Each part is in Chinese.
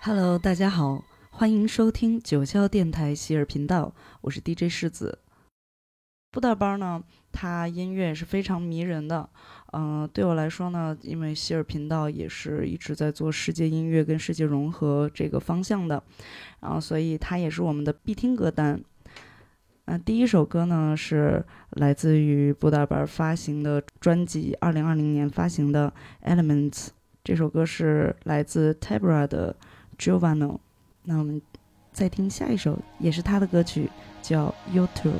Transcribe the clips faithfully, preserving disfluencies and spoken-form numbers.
Hello，大家好，欢迎收听九霄电台喜尔频道，我是 D J 世子。布袋班呢，它音乐是非常迷人的，嗯、呃，对我来说呢，因为喜尔频道也是一直在做世界音乐跟世界融合这个方向的，然后所以它也是我们的必听歌单。那、呃、第一首歌呢是来自于布袋班发行的专辑，二零二零年发行的《Elements》，这首歌是来自 Tebra 的 Giovanno。那我们再听下一首，也是他的歌曲，叫 You Too。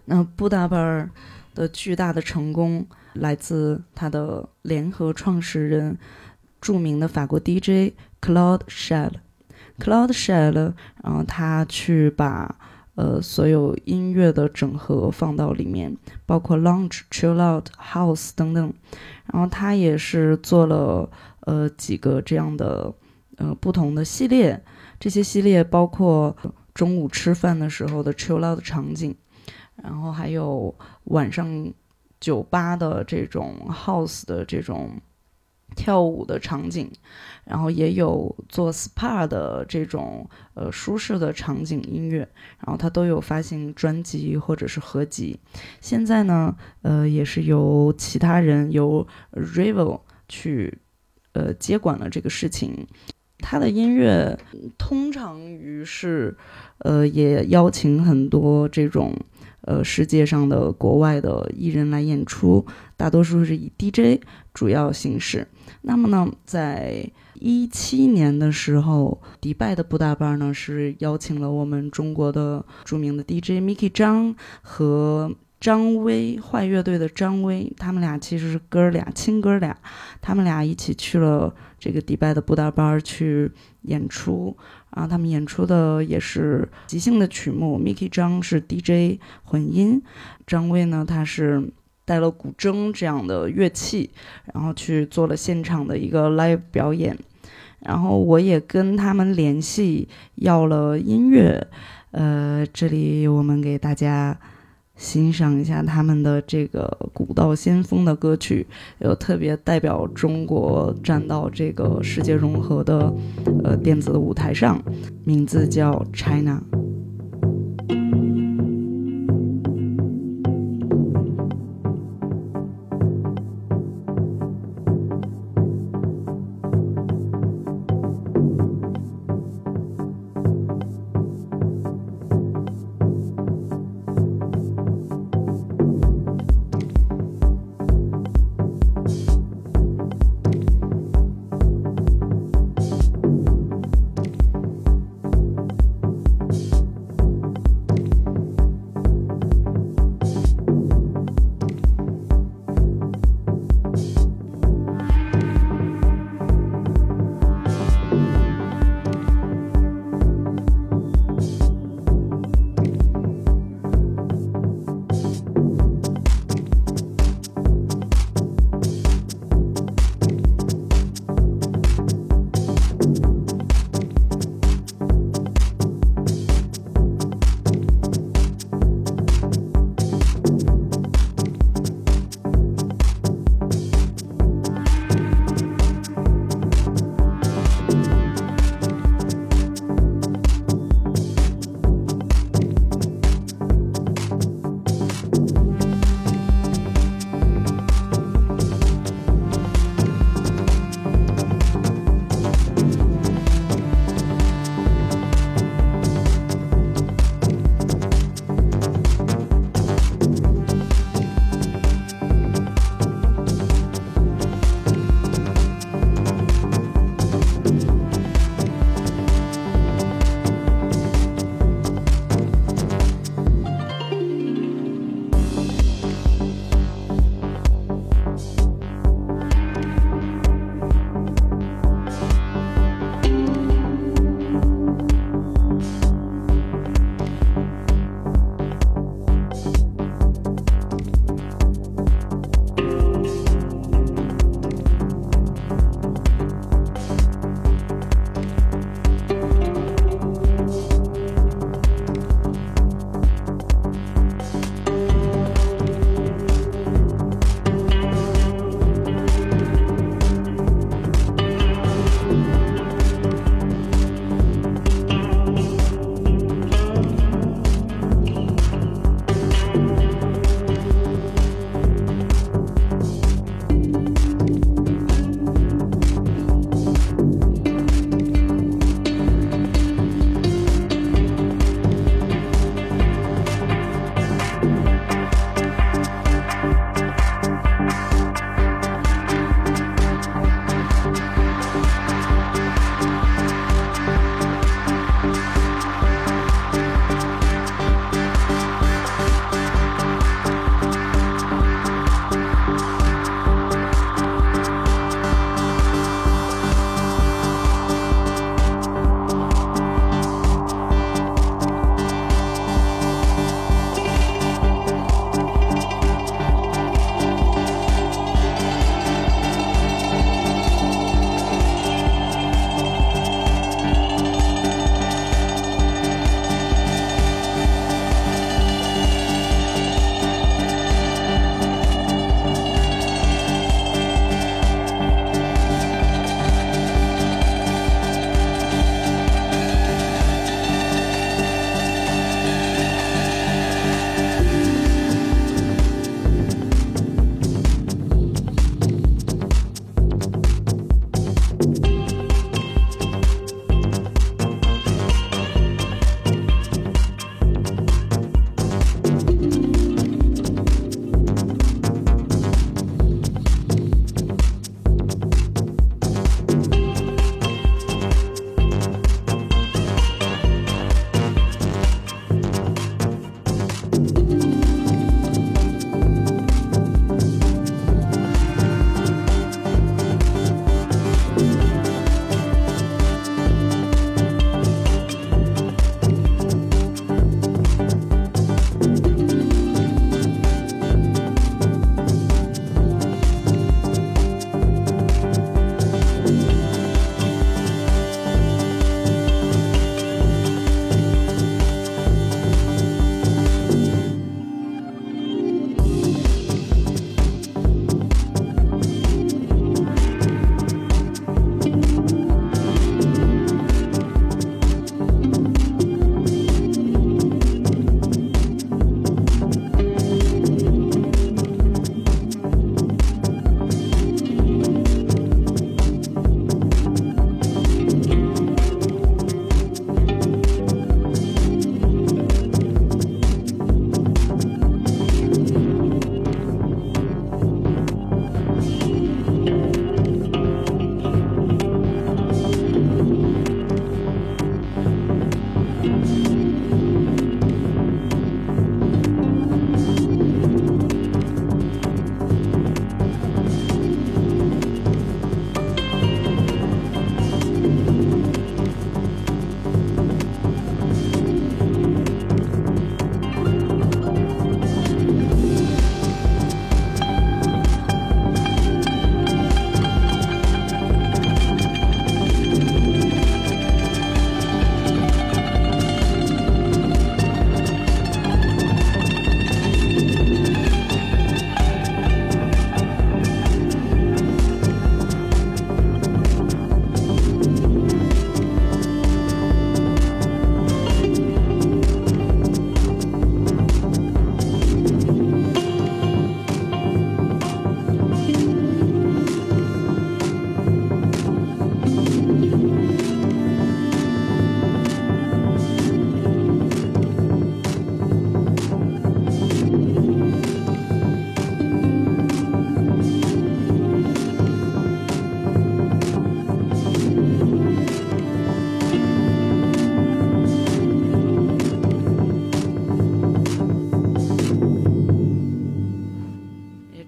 那布达班儿的巨大的成功来自他的联合创始人，著名的法国 D J Claude Shell。Claude Shell， 然后他去把呃所有音乐的整合放到里面，包括 Lounge、Chill Out、House 等等。然后他也是做了呃几个这样的呃不同的系列，这些系列包括中午吃饭的时候的 Chill Out 场景，然后还有晚上酒吧的这种 house 的这种跳舞的场景，然后也有做 S P A 的这种呃舒适的场景音乐，然后它都有发行专辑或者是合集。现在呢，呃，也是由其他人由 Rival 去呃接管了这个事情。他的音乐通常于是呃也邀请很多这种呃世界上的国外的艺人来演出，大多数是以 D J 主要形式。那么呢，在一七年的时候，迪拜的布达班呢是邀请了我们中国的著名的 D J Mickey 张和张威，坏乐队的张威，他们俩其实是哥俩，亲哥俩，他们俩一起去了这个迪拜的布达班去演出。然后他们演出的也是即兴的曲目， Mickey 张是 D J 混音，张威呢他是带了古筝这样的乐器，然后去做了现场的一个 live 表演。然后我也跟他们联系要了音乐，呃，这里我们给大家欣赏一下他们的这个古道先锋的歌曲，有特别代表中国站到这个世界融合的呃电子的舞台上，名字叫 China。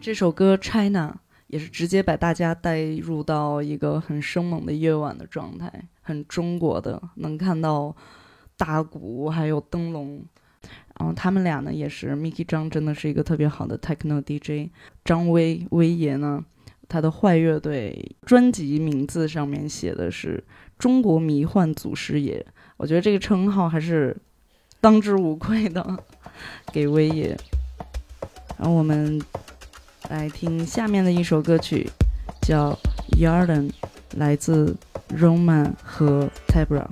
这首歌 China 也是直接把大家带入到一个很生猛的夜晚的状态，很中国的，能看到大鼓还有灯笼。然后他们俩呢也是 Mickey 张真的是一个特别好的 techno D J， 张威威爷呢他的坏乐队专辑名字上面写的是中国迷幻祖师爷，我觉得这个称号还是当之无愧的给威爷。然后我们来听下面的一首歌曲叫 Yarden， 来自 Roman 和 Tabra。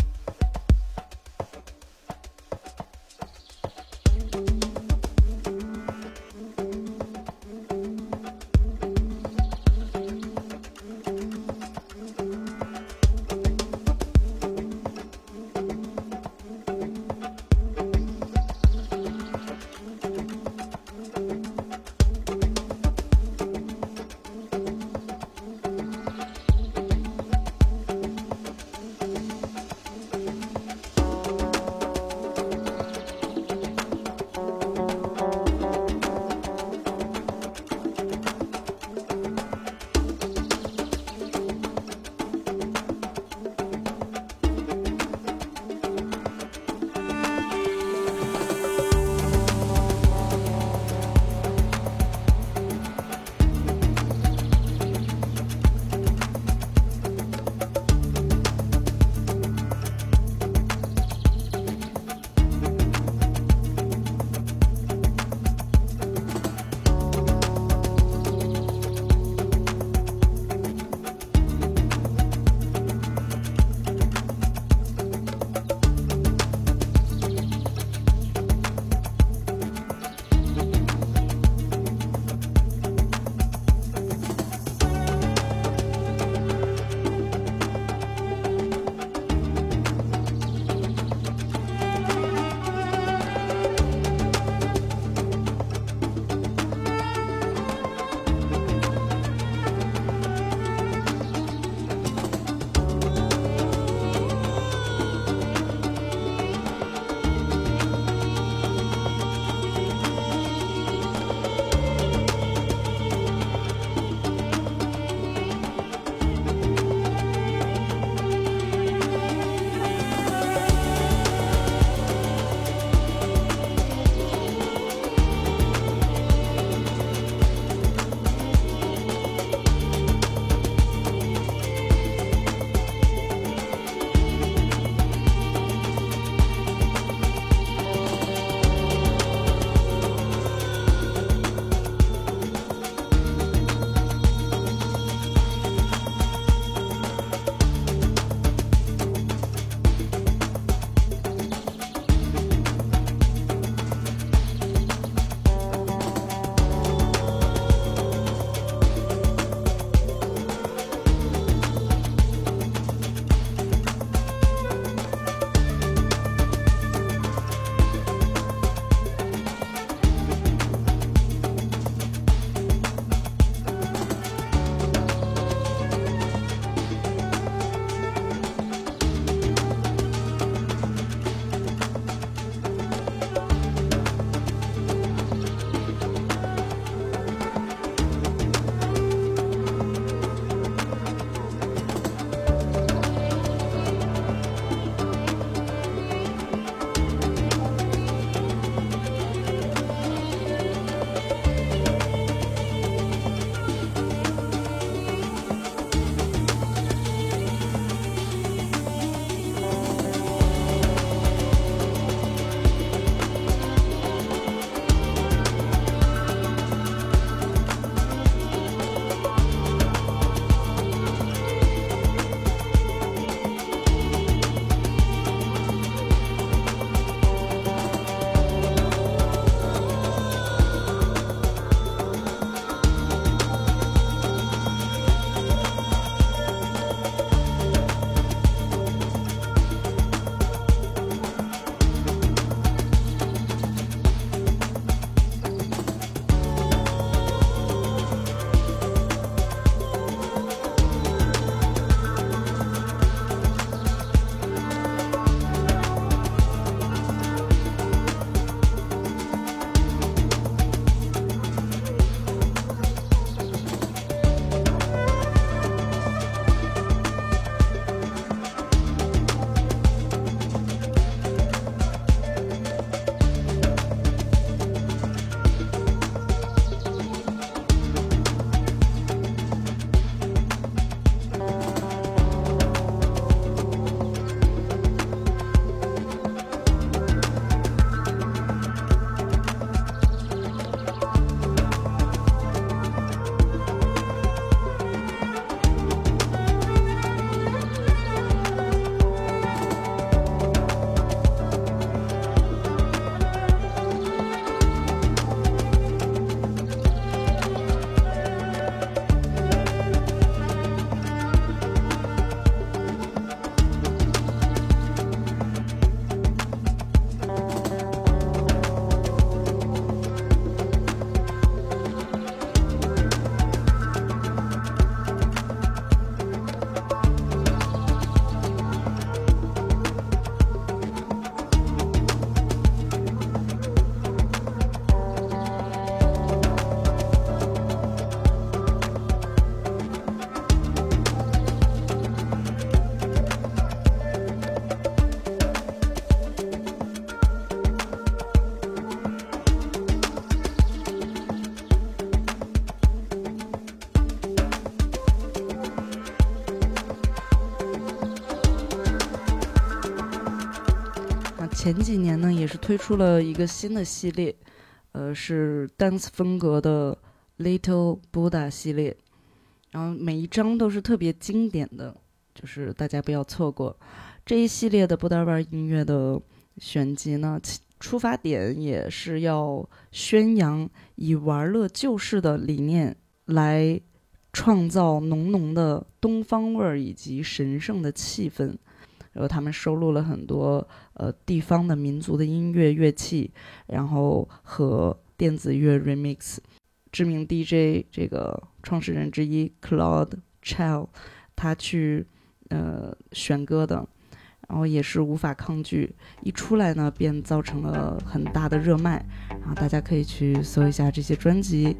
前几年呢，也是推出了一个新的系列，呃，是 dance 风格的 Little Buddha 系列，然后每一张都是特别经典的，就是大家不要错过。这一系列的布达巴音乐的选集呢，出发点也是要宣扬以玩乐救世的理念来创造浓浓的东方味儿以及神圣的气氛。然后他们收录了很多呃地方的民族的音乐乐器，然后和电子乐 remix。知名 D J 这个创始人之一 Claude Chow 他去呃选歌的，然后也是无法抗拒，一出来呢便造成了很大的热卖，然后大家可以去搜一下这些专辑。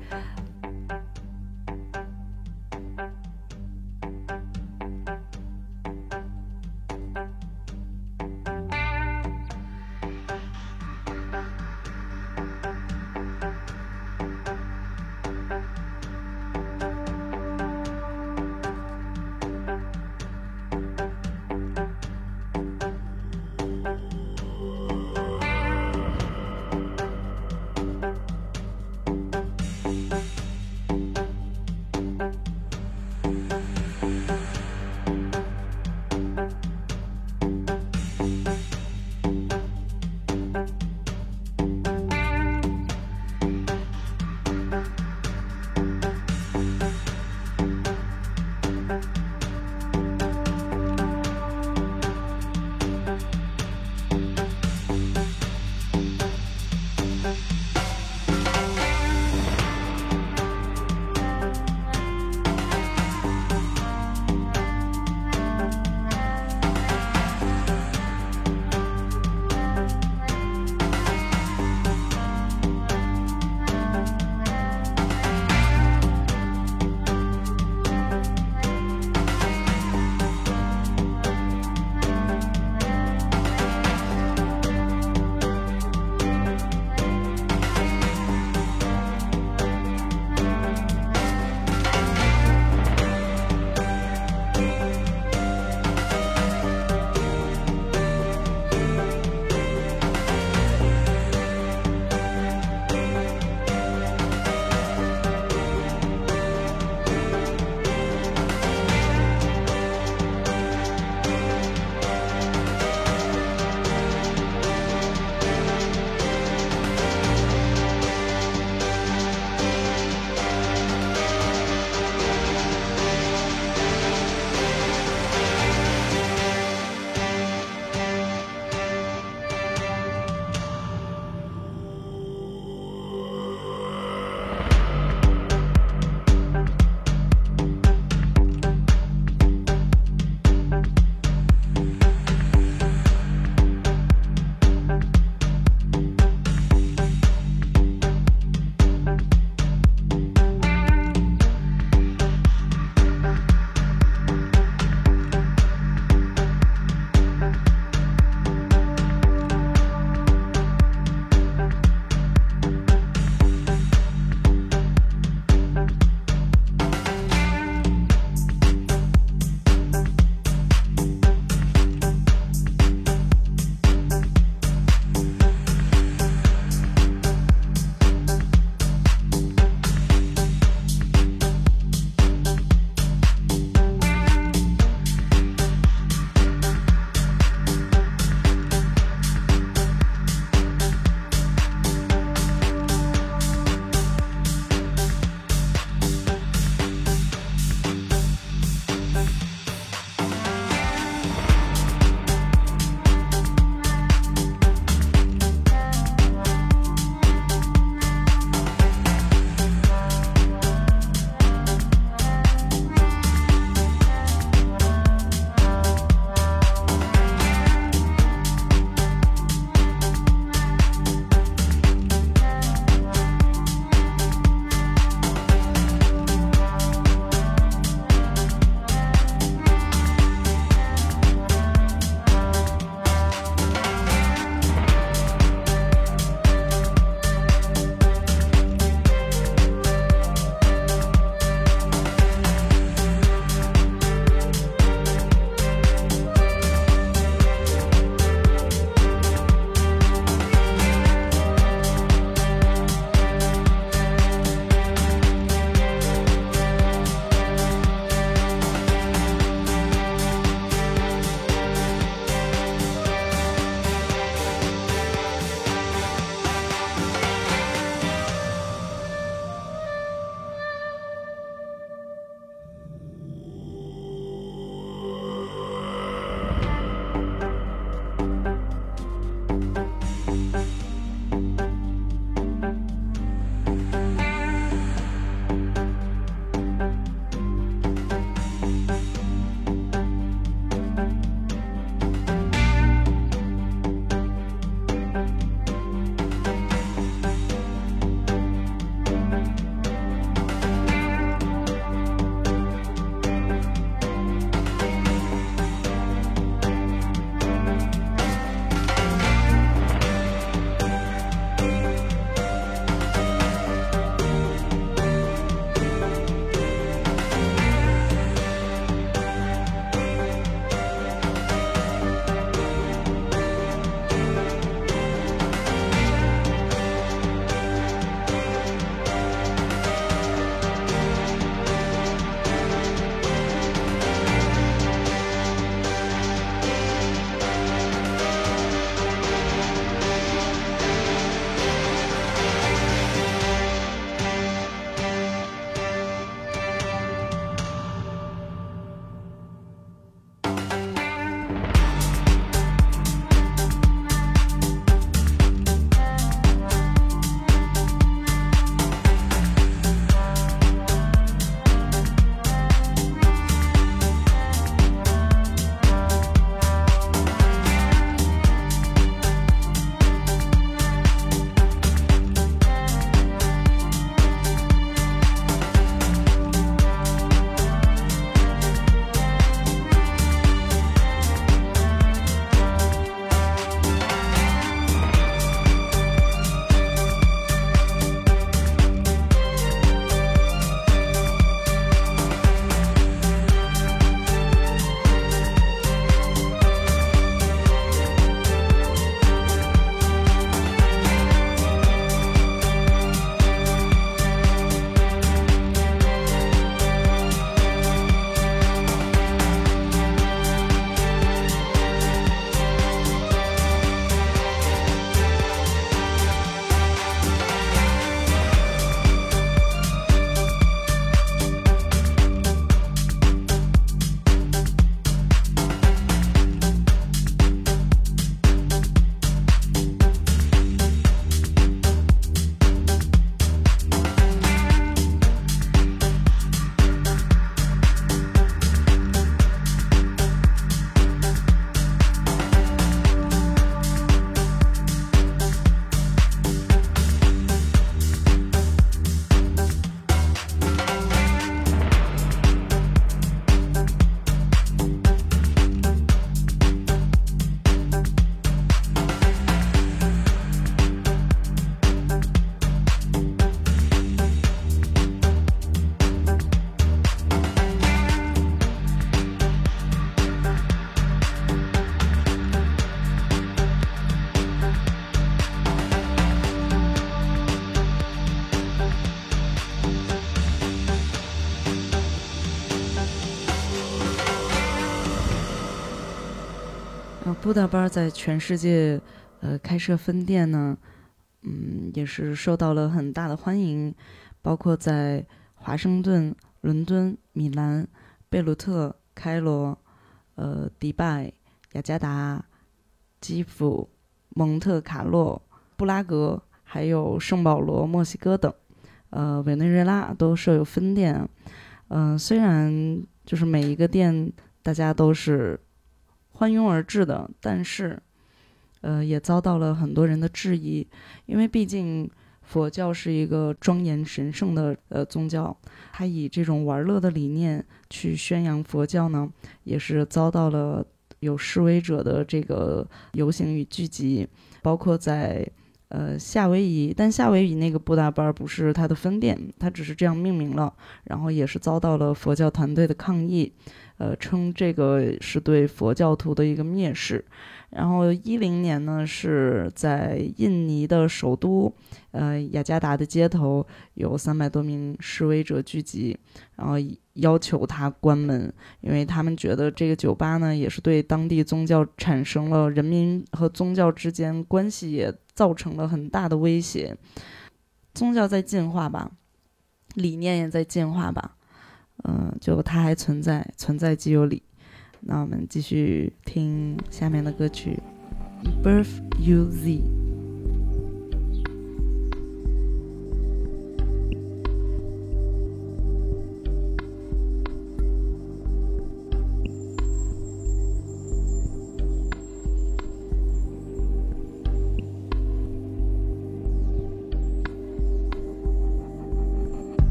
呃，布达班在全世界呃开设分店呢，嗯，也是受到了很大的欢迎，包括在华盛顿、伦敦、米兰、贝鲁特、开罗、呃迪拜、雅加达、基辅、蒙特卡洛、布拉格，还有圣保罗、墨西哥等，呃委内瑞拉都设有分店。嗯、呃，虽然就是每一个店大家都是欢拥而至的，但是呃也遭到了很多人的质疑，因为毕竟佛教是一个庄严神圣的呃宗教，它以这种玩乐的理念去宣扬佛教呢，也是遭到了有示威者的这个游行与聚集，包括在呃夏威夷，但夏威夷那个布达班不是它的分店，它只是这样命名了，然后也是遭到了佛教团队的抗议，呃，称这个是对佛教徒的一个蔑视。然后一零年呢，是在印尼的首都呃雅加达的街头有三百多名示威者聚集，然后要求他关门，因为他们觉得这个酒吧呢也是对当地宗教产生了人民和宗教之间关系也造成了很大的威胁。宗教在进化吧，理念也在进化吧，嗯、呃，就它还存在，存在即有理。那我们继续听下面的歌曲 Birth U Z。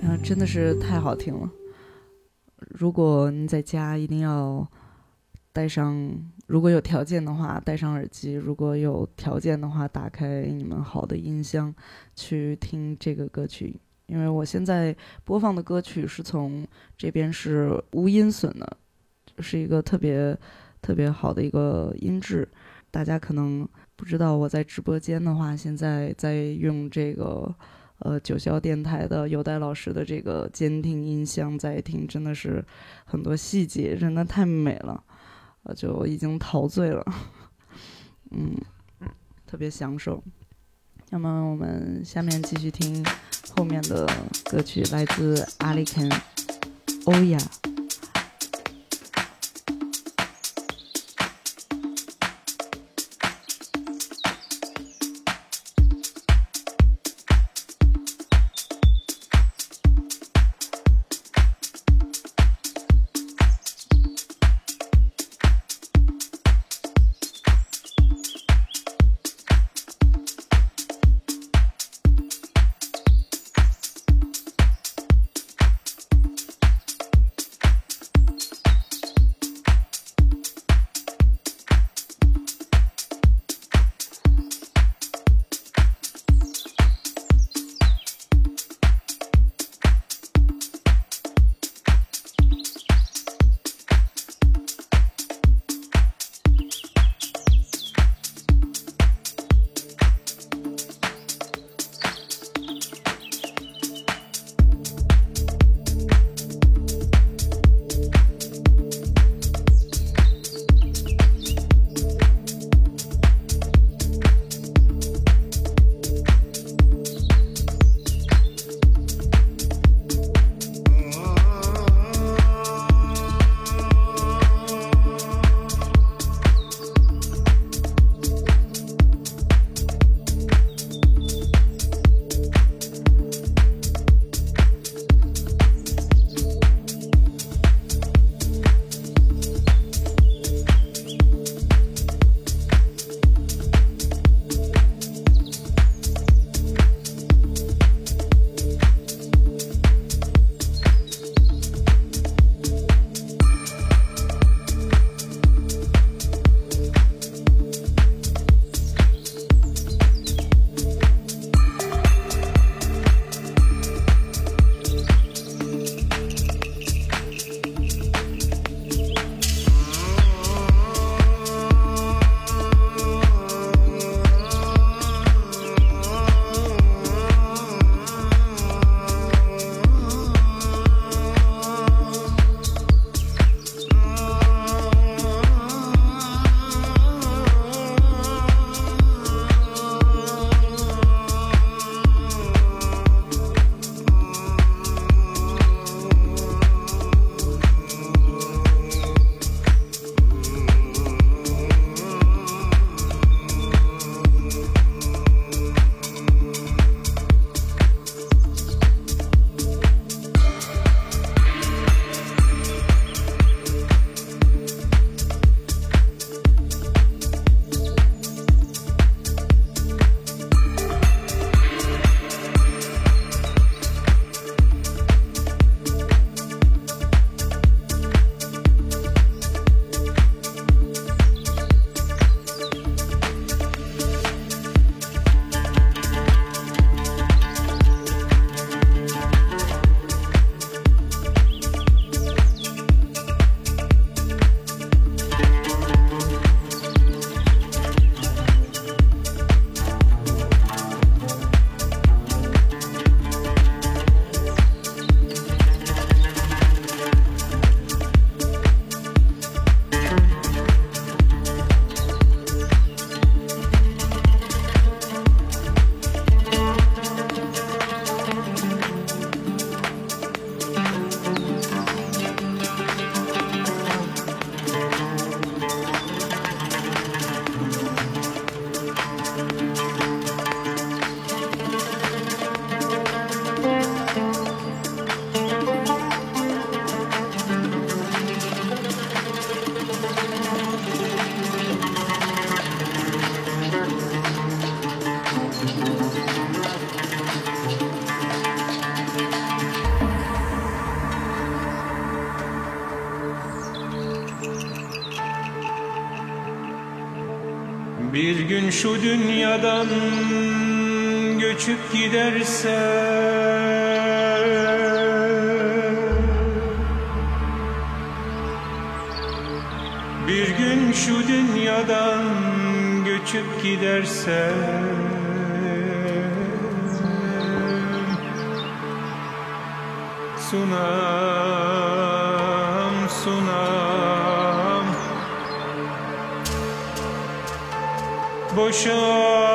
嗯，真的是太好听了。如果你在家一定要带上，如果有条件的话戴上耳机，如果有条件的话打开你们好的音箱去听这个歌曲。因为我现在播放的歌曲是从这边是无音损的，是一个特别特别好的一个音质。大家可能不知道我在直播间的话，现在在用这个呃九霄电台的有代老师的这个监听音箱在听，真的是很多细节真的太美了，呃就已经陶醉了，嗯，特别享受。那么我们下面继续听后面的歌曲，来自阿里肯欧亚。 Bir gün şu dünyadan göçüp gidersen Bir gün şu dünyadan göçüp gidersen Sunam, sunam Boşa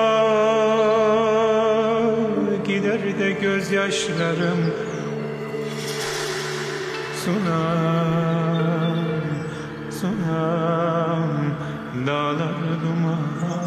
gider de gözyaşlarım Sunam, sunam Dağlar duman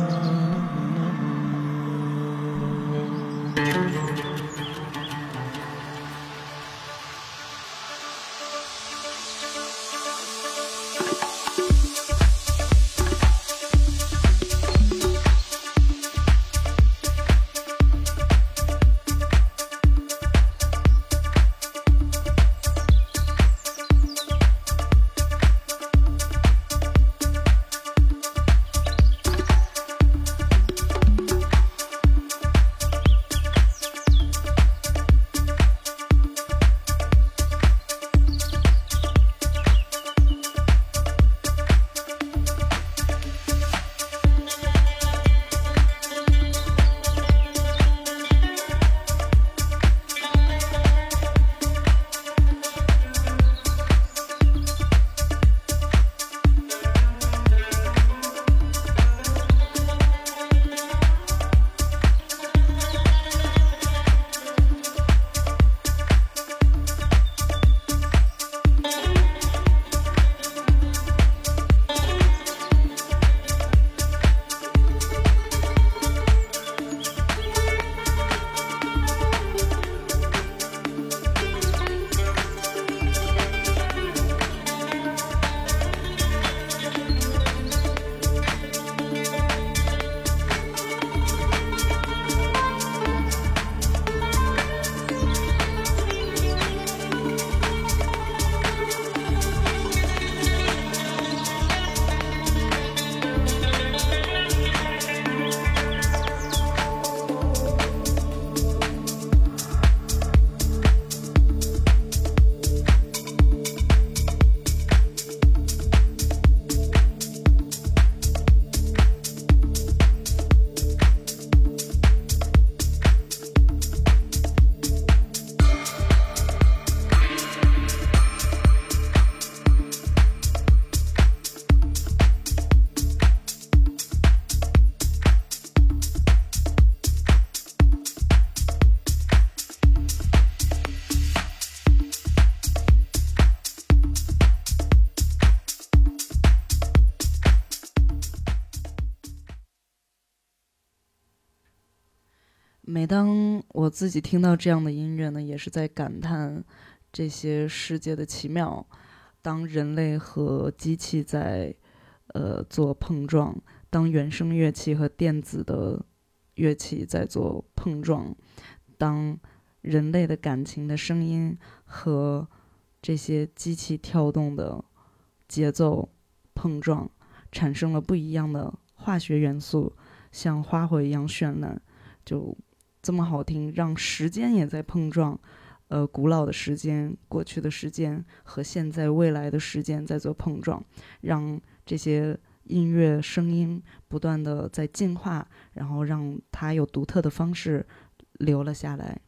每当我自己听到这样的音乐呢，也是在感叹这些世界的奇妙。当人类和机器在呃做碰撞，当原声乐器和电子的乐器在做碰撞，当人类的感情的声音和这些机器跳动的节奏碰撞，产生了不一样的化学元素，像花火一样绚烂，就这么好听，让时间也在碰撞，呃，古老的时间、过去的时间和现在未来的时间在做碰撞，让这些音乐声音不断的在进化，然后让它有独特的方式留了下来，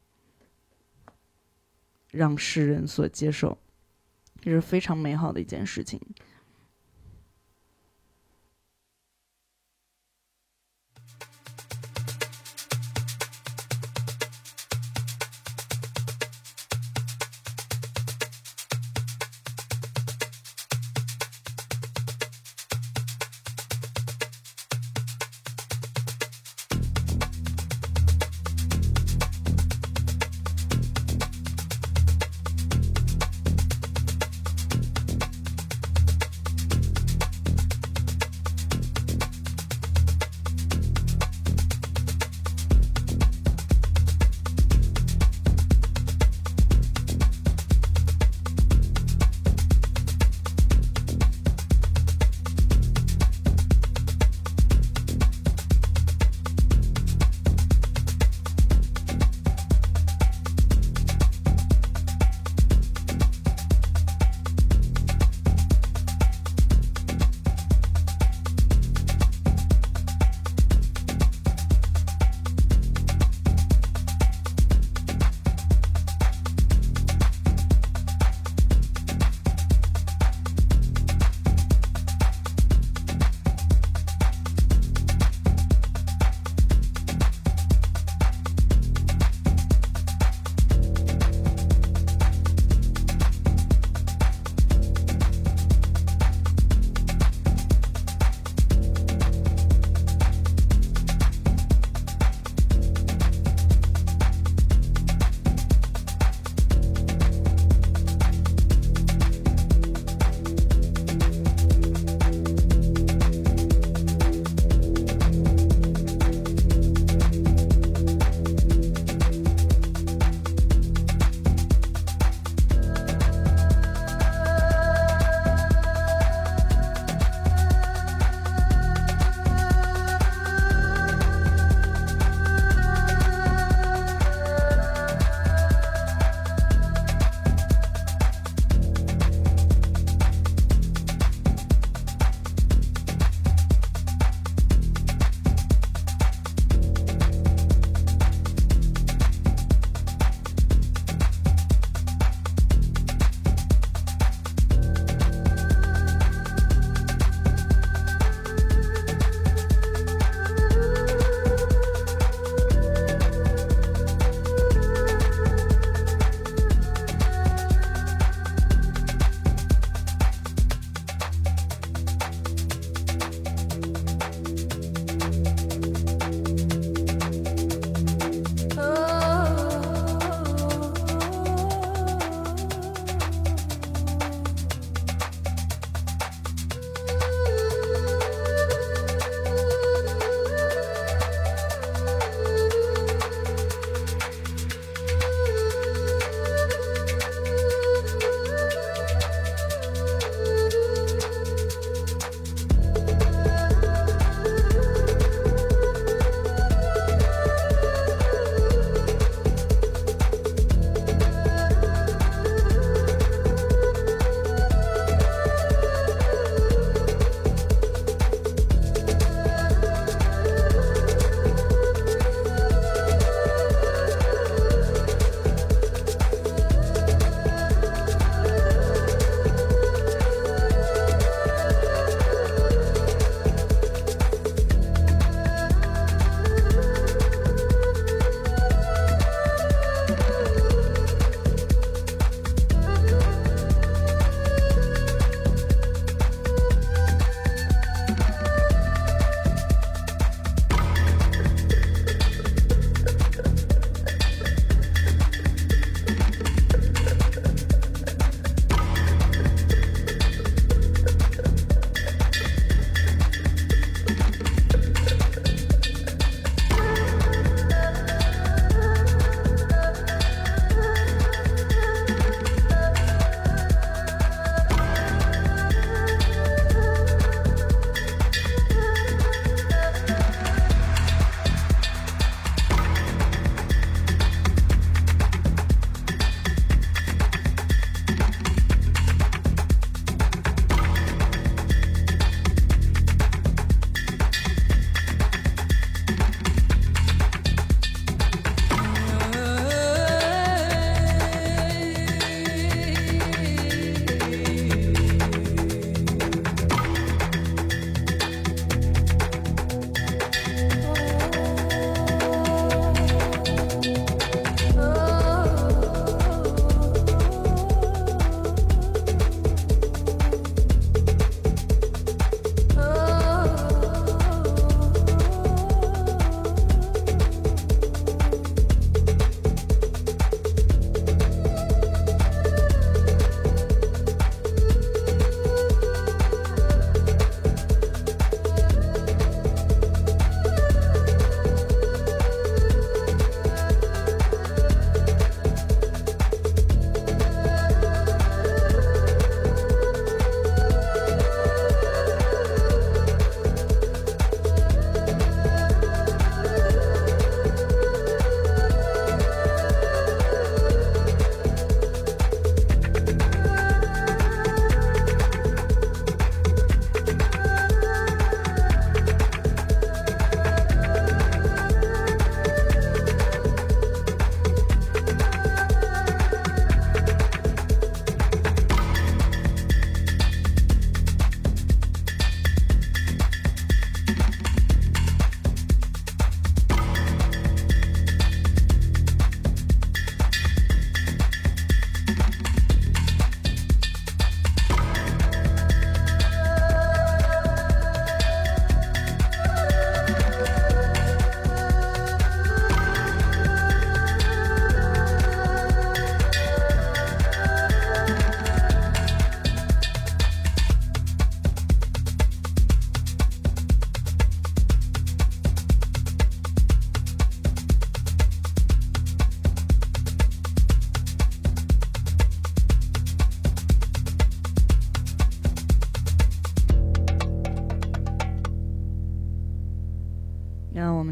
让世人所接受，这是非常美好的一件事情。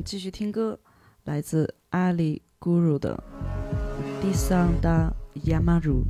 继续听歌，来自阿里 Guru 的 Disang da Yamaru。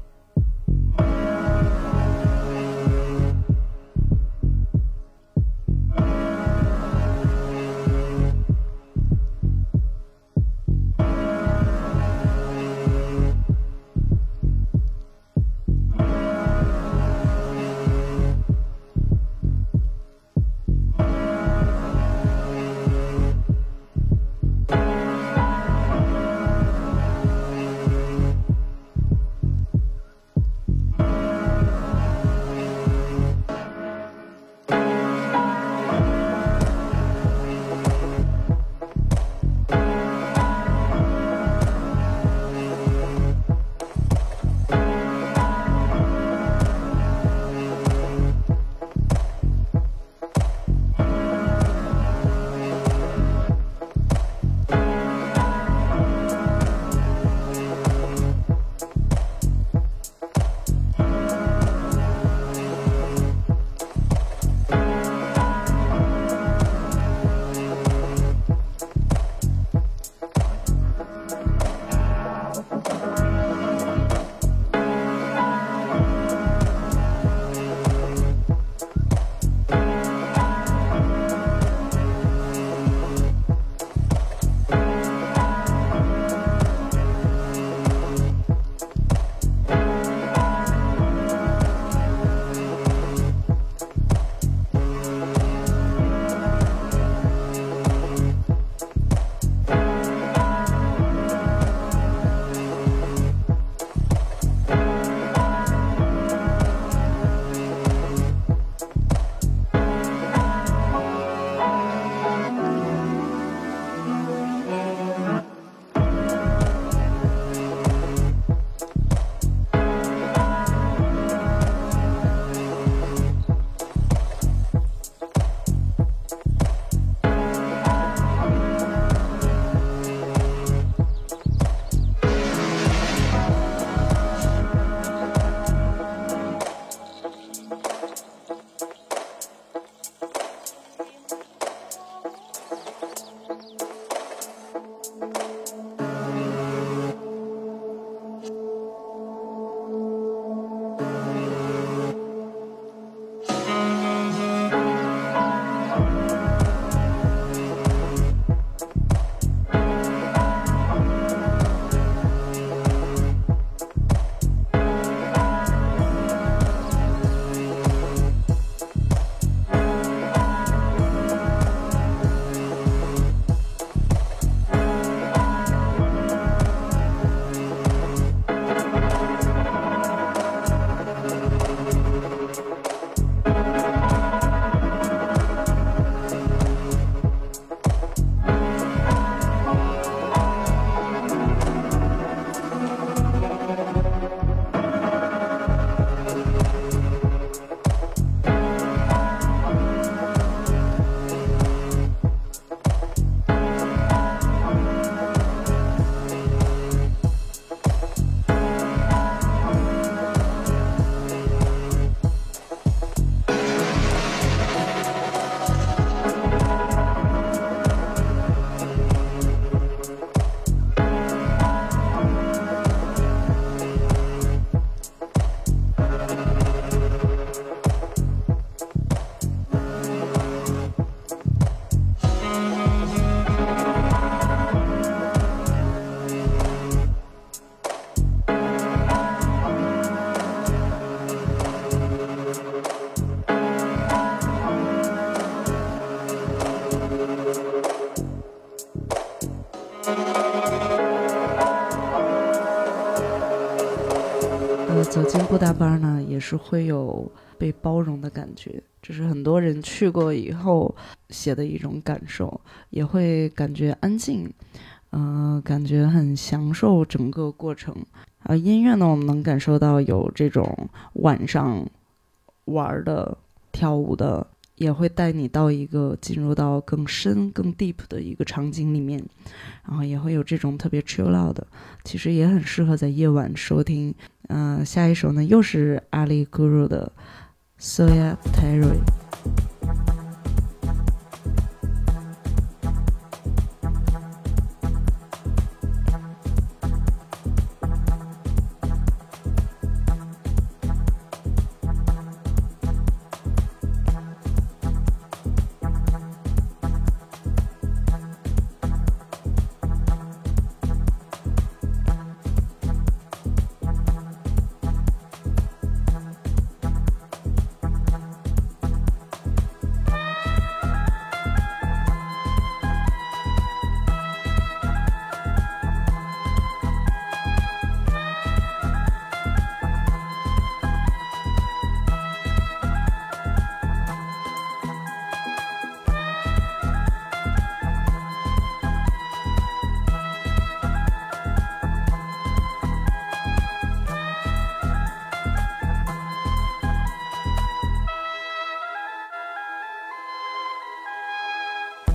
走进布达巴呢，也是会有被包容的感觉，这是很多人去过以后写的一种感受，也会感觉安静，呃，感觉很享受整个过程。而音乐呢，我们能感受到有这种晚上玩的、跳舞的，也会带你到一个进入到更深、更 deep 的一个场景里面，然后也会有这种特别 chill out 的，其实也很适合在夜晚收听。呃，下一首呢又是阿里 Guru 的 Soya Terry。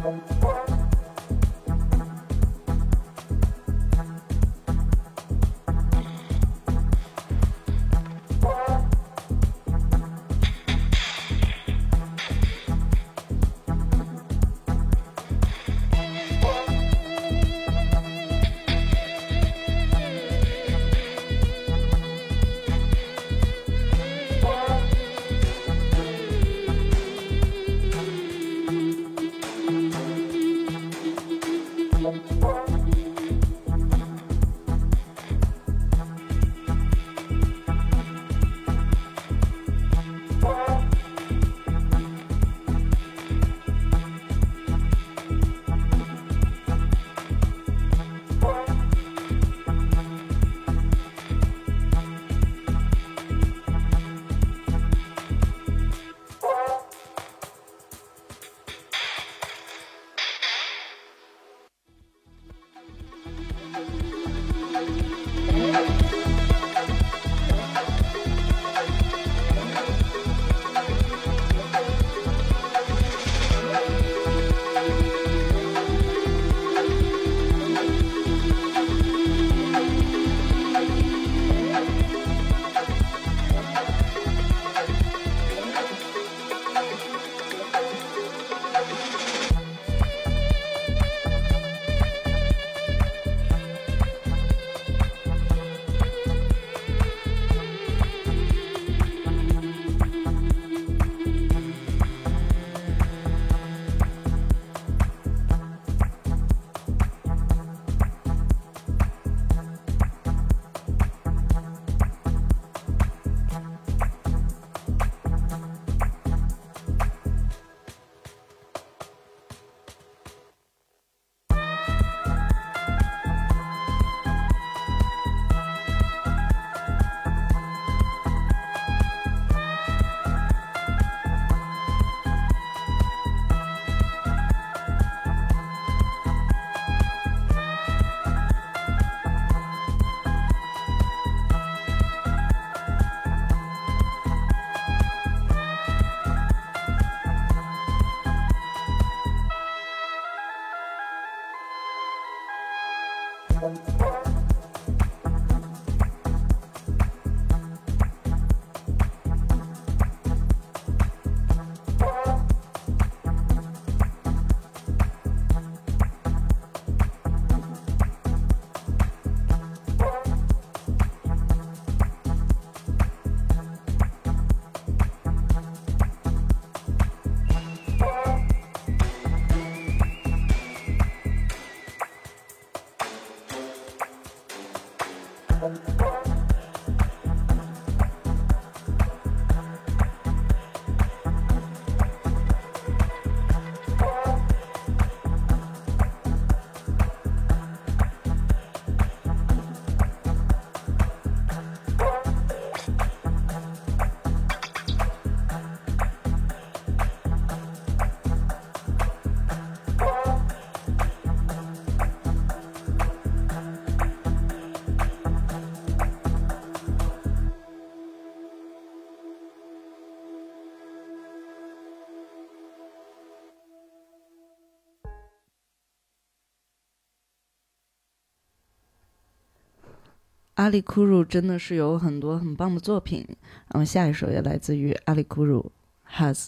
阿里库鲁真的是有很多很棒的作品，然后下一首也来自于阿里库鲁 Has。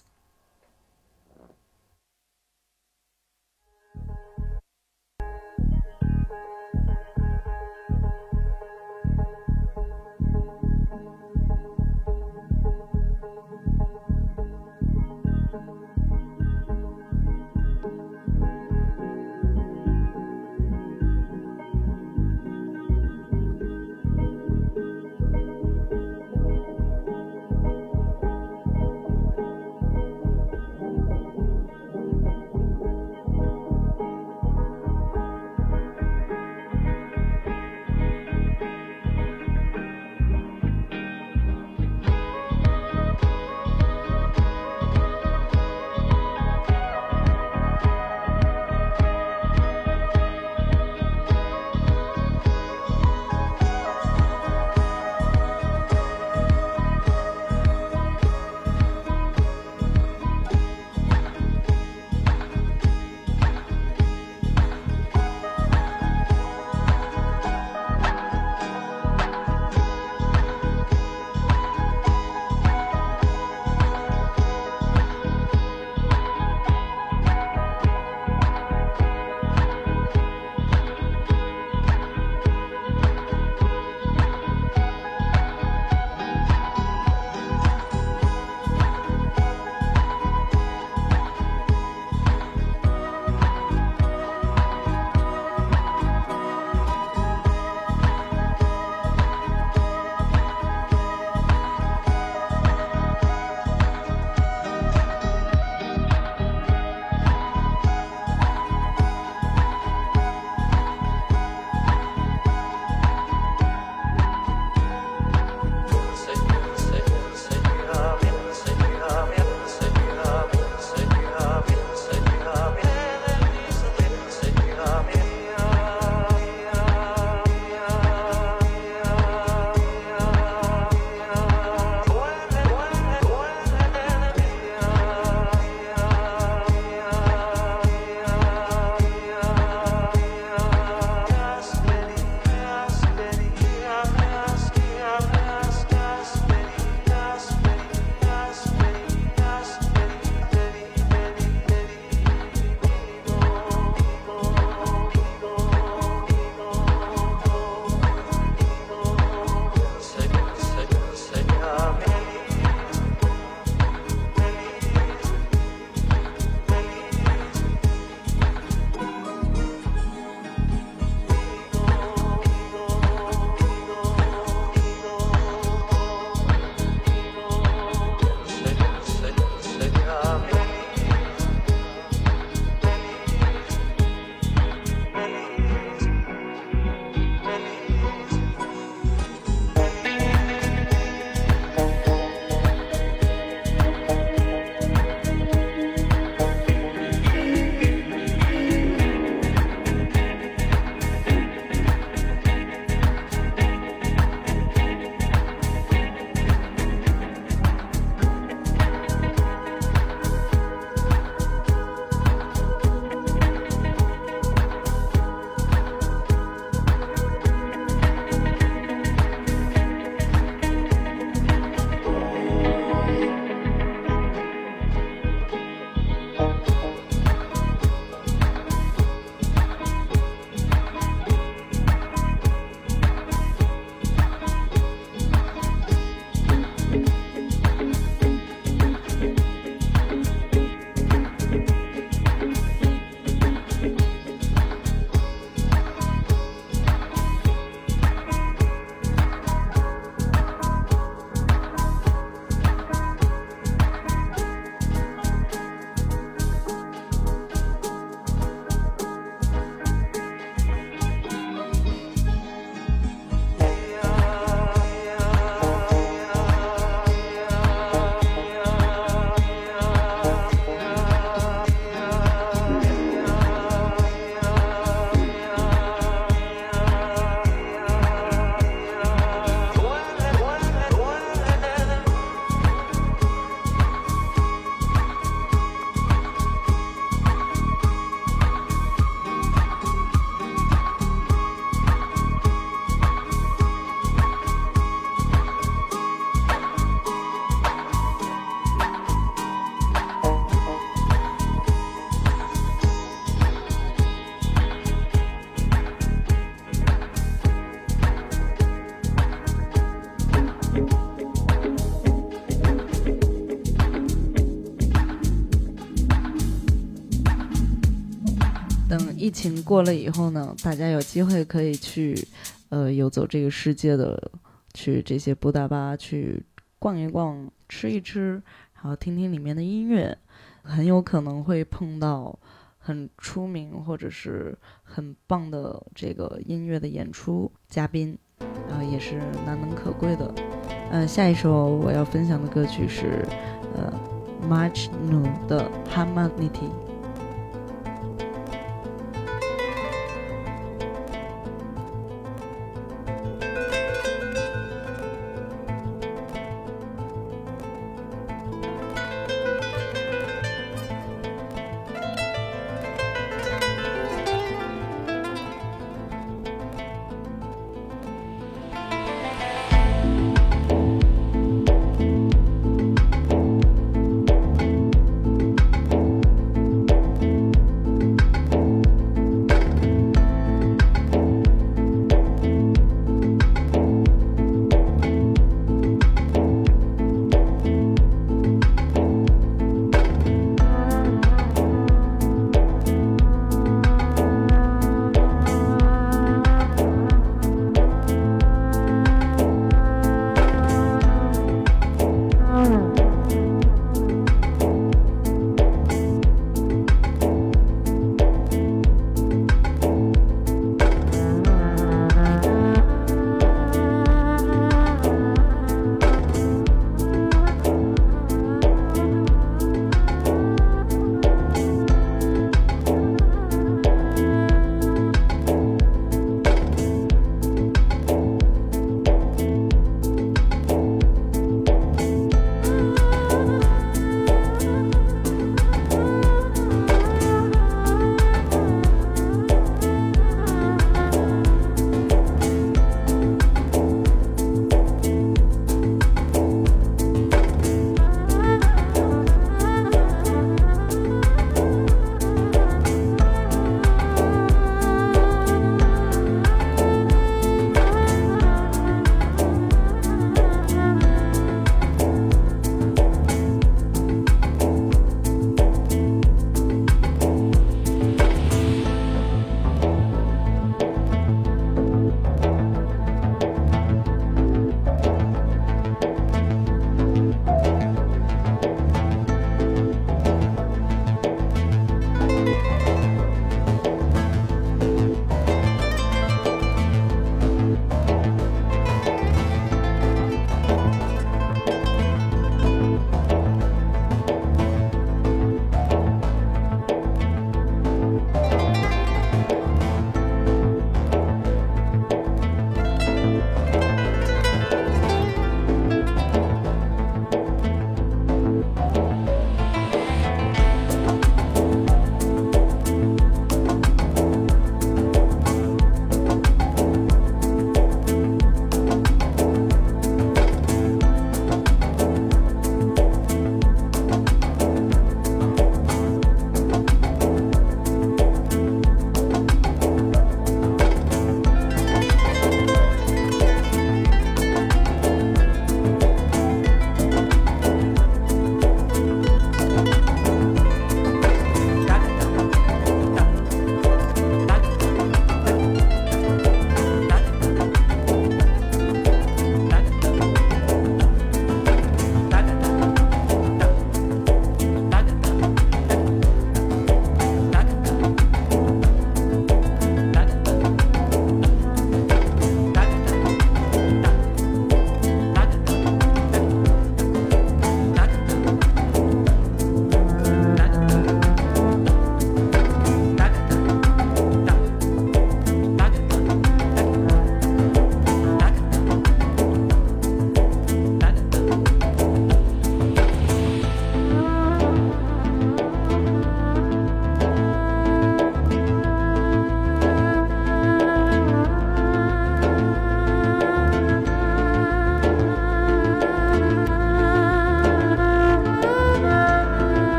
等疫情过了以后呢，大家有机会可以去呃游走这个世界的，去这些布达巴去逛一逛，吃一吃，然后听听里面的音乐，很有可能会碰到很出名或者是很棒的这个音乐的演出嘉宾，然后也是难能可贵的。呃，下一首我要分享的歌曲是呃 Majnun 的 Humanity。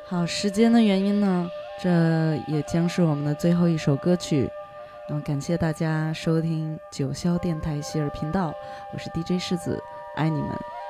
好，时间的原因呢，这也将是我们的最后一首歌曲。嗯，感谢大家收听九霄电台希尔频道，我是 D J 世子，爱你们。